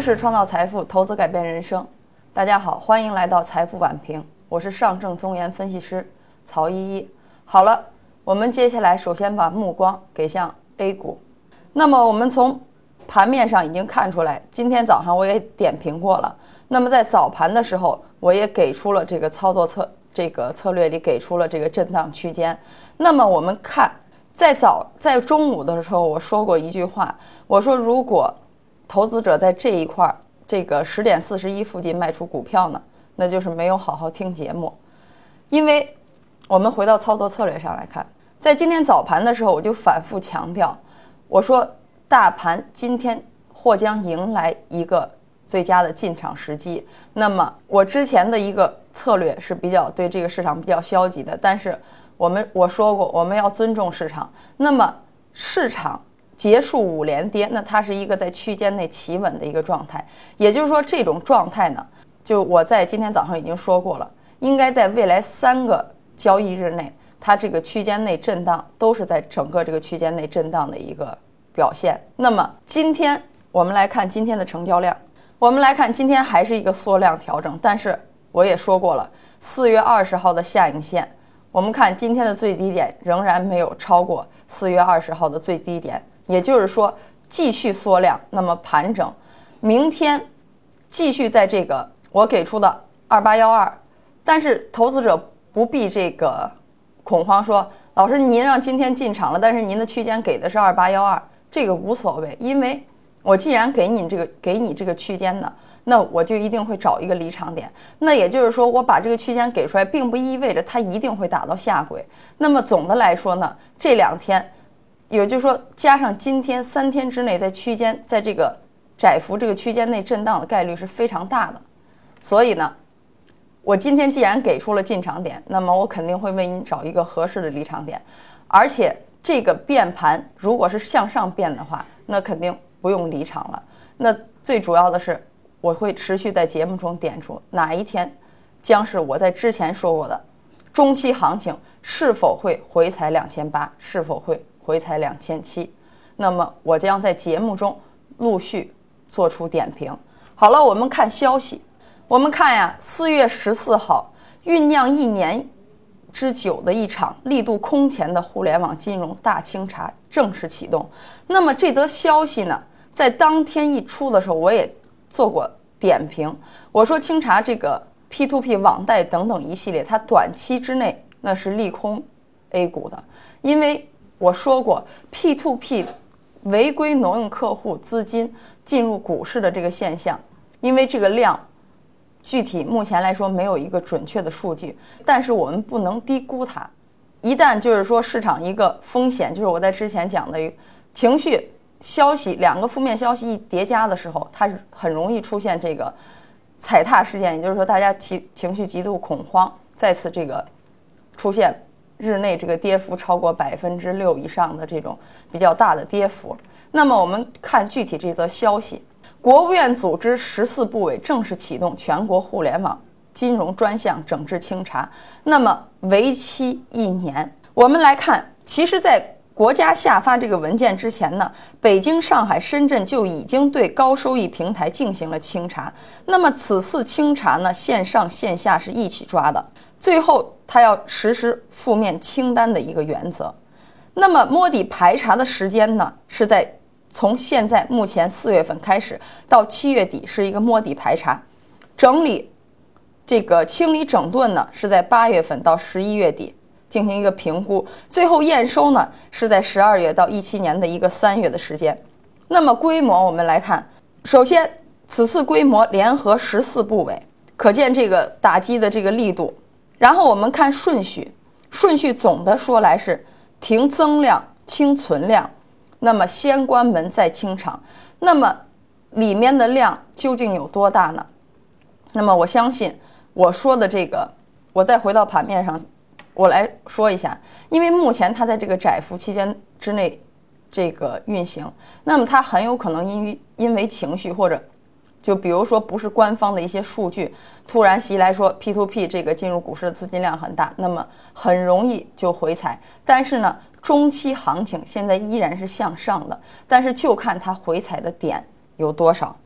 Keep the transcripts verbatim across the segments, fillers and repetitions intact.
识创造财富，投资改变人生。大家好，欢迎来到财富晚评，我是上证综研分析师曹依依。好了，我们接下来首先把目光给向 A 股。那么我们从盘面上已经看出来，今天早上我也点评过了。那么在早盘的时候，我也给出了这个操作策这个策略里给出了这个震荡区间。那么我们看，在早在中午的时候，我说过一句话，我说如果投资者在这一块这个十点四十一附近卖出股票呢，那就是没有好好听节目。因为我们回到操作策略上来看，在今天早盘的时候，我就反复强调，我说大盘今天或将迎来一个最佳的进场时机。那么我之前的一个策略是比较对这个市场比较消极的，但是我们我说过我们要尊重市场。那么市场结束五连跌，那它是一个在区间内企稳的一个状态，也就是说这种状态呢，就我在今天早上已经说过了，应该在未来三个交易日内，它这个区间内震荡都是在整个这个区间内震荡的一个表现。那么今天我们来看今天的成交量，我们来看今天还是一个缩量调整，但是我也说过了，四月二十号的下影线，我们看今天的最低点仍然没有超过四月二十号的最低点，也就是说继续缩量，那么盘整，明天继续在这个我给出的二八一二，但是投资者不必这个恐慌说，老师您让今天进场了，但是您的区间给的是二八一二，这个无所谓，因为我既然给你这个给你这个区间呢，那我就一定会找一个离场点。那也就是说，我把这个区间给出来，并不意味着它一定会打到下轨。那么总的来说呢，这两天，也就是说加上今天三天之内在区间在这个窄幅这个区间内震荡的概率是非常大的。所以呢，我今天既然给出了进场点，那么我肯定会为你找一个合适的离场点。而且这个变盘如果是向上变的话，那肯定不用离场了。那最主要的是，我会持续在节目中点出哪一天将是我在之前说过的中期行情是否会回踩两千八，是否会回踩两千七，那么我将在节目中陆续做出点评。好了，我们看消息，我们看呀，四月十四号酝酿一年之久的一场力度空前的互联网金融大清查正式启动。那么这则消息呢，在当天一出的时候，我也做过点评，我说清查这个 P to P 网贷等等一系列，它短期之内那是利空 A 股的，因为我说过 P to P 违规挪用客户资金进入股市的这个现象，因为这个量具体目前来说没有一个准确的数据，但是我们不能低估它。一旦就是说市场一个风险，就是我在之前讲的情绪消息，两个负面消息一叠加的时候，它是很容易出现这个踩踏事件，也就是说大家情情绪极度恐慌，再次这个出现日内这个跌幅超过百分之六以上的这种比较大的跌幅。那么我们看具体这则消息，国务院组织十四部委正式启动全国互联网金融专项整治清查，那么为期一年。我们来看，其实在国家下发这个文件之前呢，北京、上海、深圳就已经对高收益平台进行了清查。那么此次清查呢，线上线下是一起抓的，最后它要实施负面清单的一个原则。那么摸底排查的时间呢，是在从现在目前四月份开始到七月底是一个摸底排查，整理这个清理整顿呢是在八月份到十一月底进行一个评估，最后验收呢是在十二月到一七年的一个三月的时间。那么规模我们来看，首先此次规模联合十四部委，可见这个打击的这个力度。然后我们看顺序，顺序总的说来是停增量清存量，那么先关门再清场。那么里面的量究竟有多大呢？那么我相信我说的这个，我再回到盘面上我来说一下，因为目前它在这个窄幅期间之内这个运行，那么它很有可能因为因为情绪，或者就比如说不是官方的一些数据突然袭来说 P to P 这个进入股市的资金量很大，那么很容易就回踩。但是呢，中期行情现在依然是向上的，但是就看它回踩的点有多少。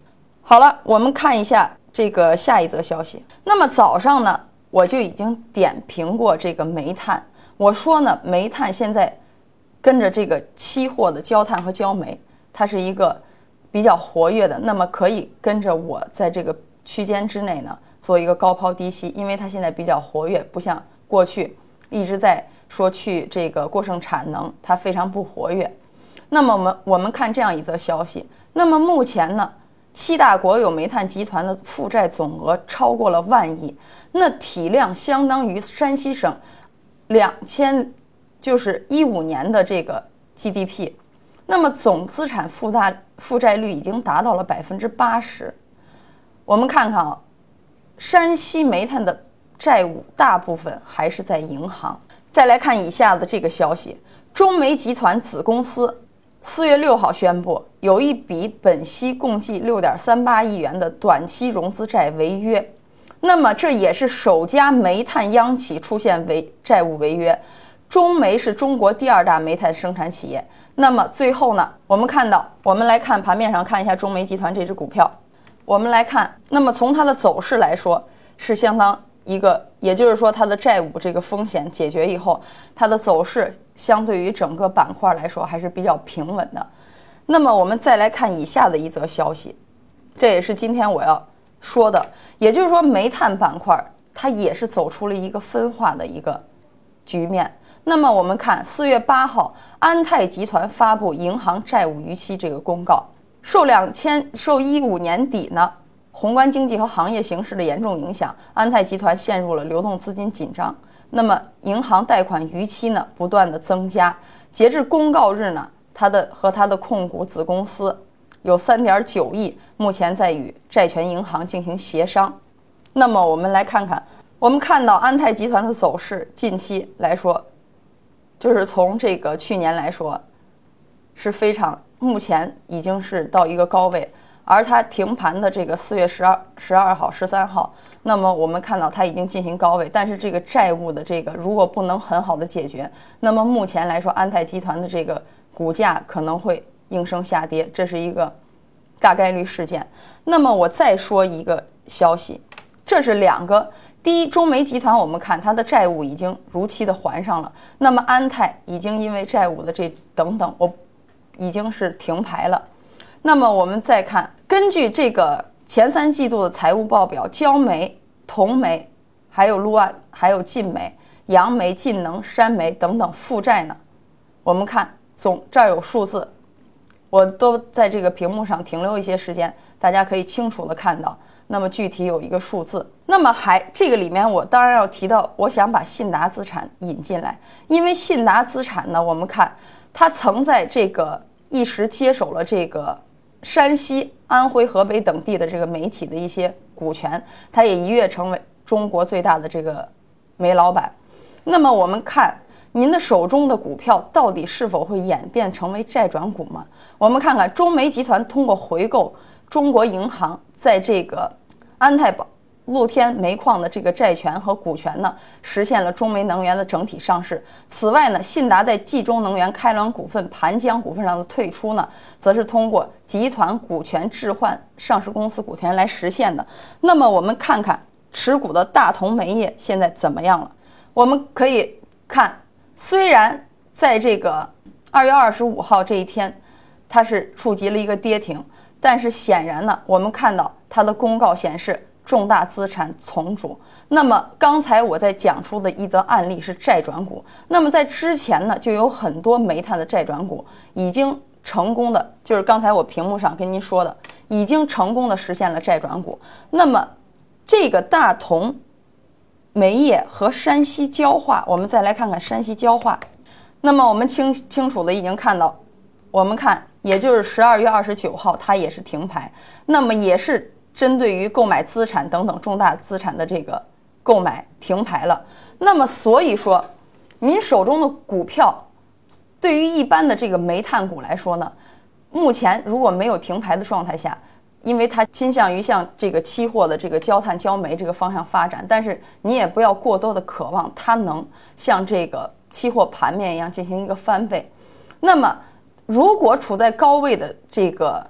好了，我们看一下这个下一则消息。那么早上呢，我就已经点评过这个煤炭，我说呢，煤炭现在跟着这个期货的焦炭和焦煤，它是一个比较活跃的，那么可以跟着我在这个区间之内呢做一个高抛低吸，因为它现在比较活跃，不像过去一直在说去这个过剩产能，它非常不活跃。那么我们我们看这样一则消息，那么目前呢，七大国有煤炭集团的负债总额超过了万亿，那体量相当于山西省两千就是一五年的这个 G D P， 那么总资产负大负债率已经达到了百分之八十。我们看看啊，山西煤炭的债务大部分还是在银行。再来看以下的这个消息，中煤集团子公司四月六号宣布，有一笔本息共计六点三八亿元的短期融资债违约。那么这也是首家煤炭央企出现违债务违约。中煤是中国第二大煤炭生产企业。那么最后呢，我们看到，我们来看盘面上看一下中煤集团这只股票。我们来看，那么从它的走势来说，是相当一个，也就是说它的债务这个风险解决以后，它的走势相对于整个板块来说还是比较平稳的。那么我们再来看以下的一则消息，这也是今天我要说的，也就是说煤炭板块它也是走出了一个分化的一个局面。那么我们看四月八号，安泰集团发布银行债务逾期这个公告，受两千受一五年底呢宏观经济和行业形势的严重影响，安泰集团陷入了流动资金紧张，那么银行贷款逾期呢不断的增加，截至公告日呢，它的和它的控股子公司有 三点九亿，目前在与债权银行进行协商。那么我们来看看，我们看到安泰集团的走势，近期来说，就是从这个去年来说，是非常目前已经是到一个高位，而它停盘的这个四月十二十二号、十三号，那么我们看到它已经进行高位，但是这个债务的这个如果不能很好的解决，那么目前来说，安泰集团的这个股价可能会应声下跌，这是一个大概率事件。那么我再说一个消息，这是两个。第一，中煤集团我们看它的债务已经如期的还上了，那么安泰已经因为债务的这等等，我已经是停牌了。那么我们再看，根据这个前三季度的财务报表，焦煤、铜煤、还有陆安、还有晋煤、扬煤、晋能、山煤等等负债呢，我们看总这儿有数字，我都在这个屏幕上停留一些时间，大家可以清楚的看到。那么具体有一个数字，那么还这个里面我当然要提到，我想把信达资产引进来，因为信达资产呢，我们看它曾在这个一时接手了这个山西、安徽、河北等地的这个煤企的一些股权，它也一跃成为中国最大的这个煤老板。那么我们看您的手中的股票到底是否会演变成为债转股吗？我们看看中煤集团通过回购中国银行在这个安泰宝露天煤矿的这个债权和股权呢，实现了中煤能源的整体上市。此外呢，信达在冀中能源、开滦股份、盘江股份上的退出呢，则是通过集团股权置换上市公司股权来实现的。那么我们看看持股的大同煤业现在怎么样了？我们可以看，虽然在这个二月二十五号这一天，它是触及了一个跌停。但是显然呢，我们看到它的公告显示重大资产重组。那么刚才我在讲出的一则案例是债转股，那么在之前呢，就有很多煤炭的债转股已经成功的，就是刚才我屏幕上跟您说的，已经成功的实现了债转股。那么这个大同煤业和山西焦化，我们再来看看山西焦化。那么我们清清楚的已经看到，我们看。也就是十二月二十九号，它也是停牌，那么也是针对于购买资产等等重大资产的这个购买停牌了。那么所以说，您手中的股票，对于一般的这个煤炭股来说呢，目前如果没有停牌的状态下，因为它倾向于向这个期货的这个焦炭焦煤这个方向发展，但是你也不要过多的渴望它能像这个期货盘面一样进行一个翻倍。那么如果处在高位的这个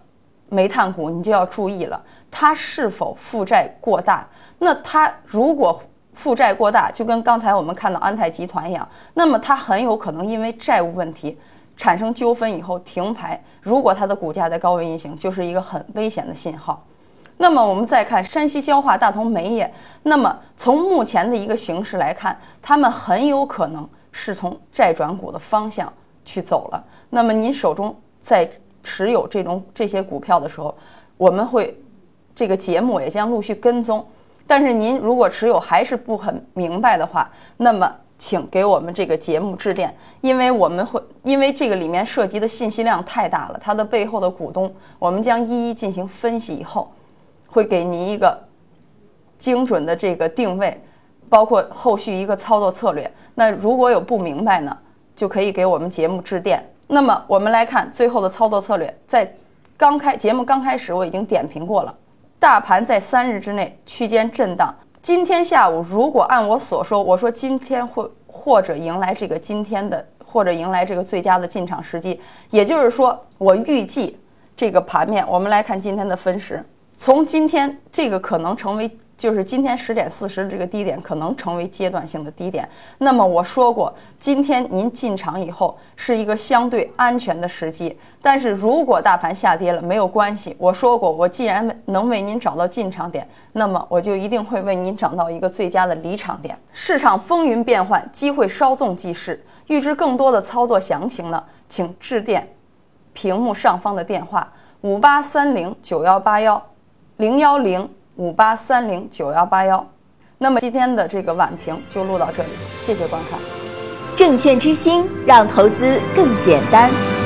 煤炭股你就要注意了，它是否负债过大？那它如果负债过大，就跟刚才我们看到安泰集团一样，那么它很有可能因为债务问题产生纠纷以后停牌。如果它的股价在高位运行，就是一个很危险的信号。那么我们再看山西焦化、大同煤业，那么从目前的一个形势来看，他们很有可能是从债转股的方向去走了。那么您手中在持有这种这些股票的时候，我们会这个节目也将陆续跟踪。但是您如果持有还是不很明白的话，那么请给我们这个节目致电，因为我们会因为这个里面涉及的信息量太大了，它的背后的股东我们将一一进行分析以后，会给您一个精准的这个定位，包括后续一个操作策略。那如果有不明白呢，就可以给我们节目致电。那么我们来看最后的操作策略，在刚开节目刚开始我已经点评过了，大盘在三日之内区间震荡。今天下午如果按我所说，我说今天会或者迎来这个今天的或者迎来这个最佳的进场时机，也就是说我预计这个盘面，我们来看今天的分时，从今天这个可能成为就是今天十点四十的这个低点可能成为阶段性的低点。那么我说过，今天您进场以后是一个相对安全的时机，但是如果大盘下跌了没有关系，我说过我既然能为您找到进场点，那么我就一定会为您找到一个最佳的离场点。市场风云变幻，机会稍纵即逝，预知更多的操作详情呢，请致电屏幕上方的电话五八三零九幺八幺零幺零五八三零九幺八幺。那么今天的这个晚评就录到这里，谢谢观看。 证券之星，让投资更简单。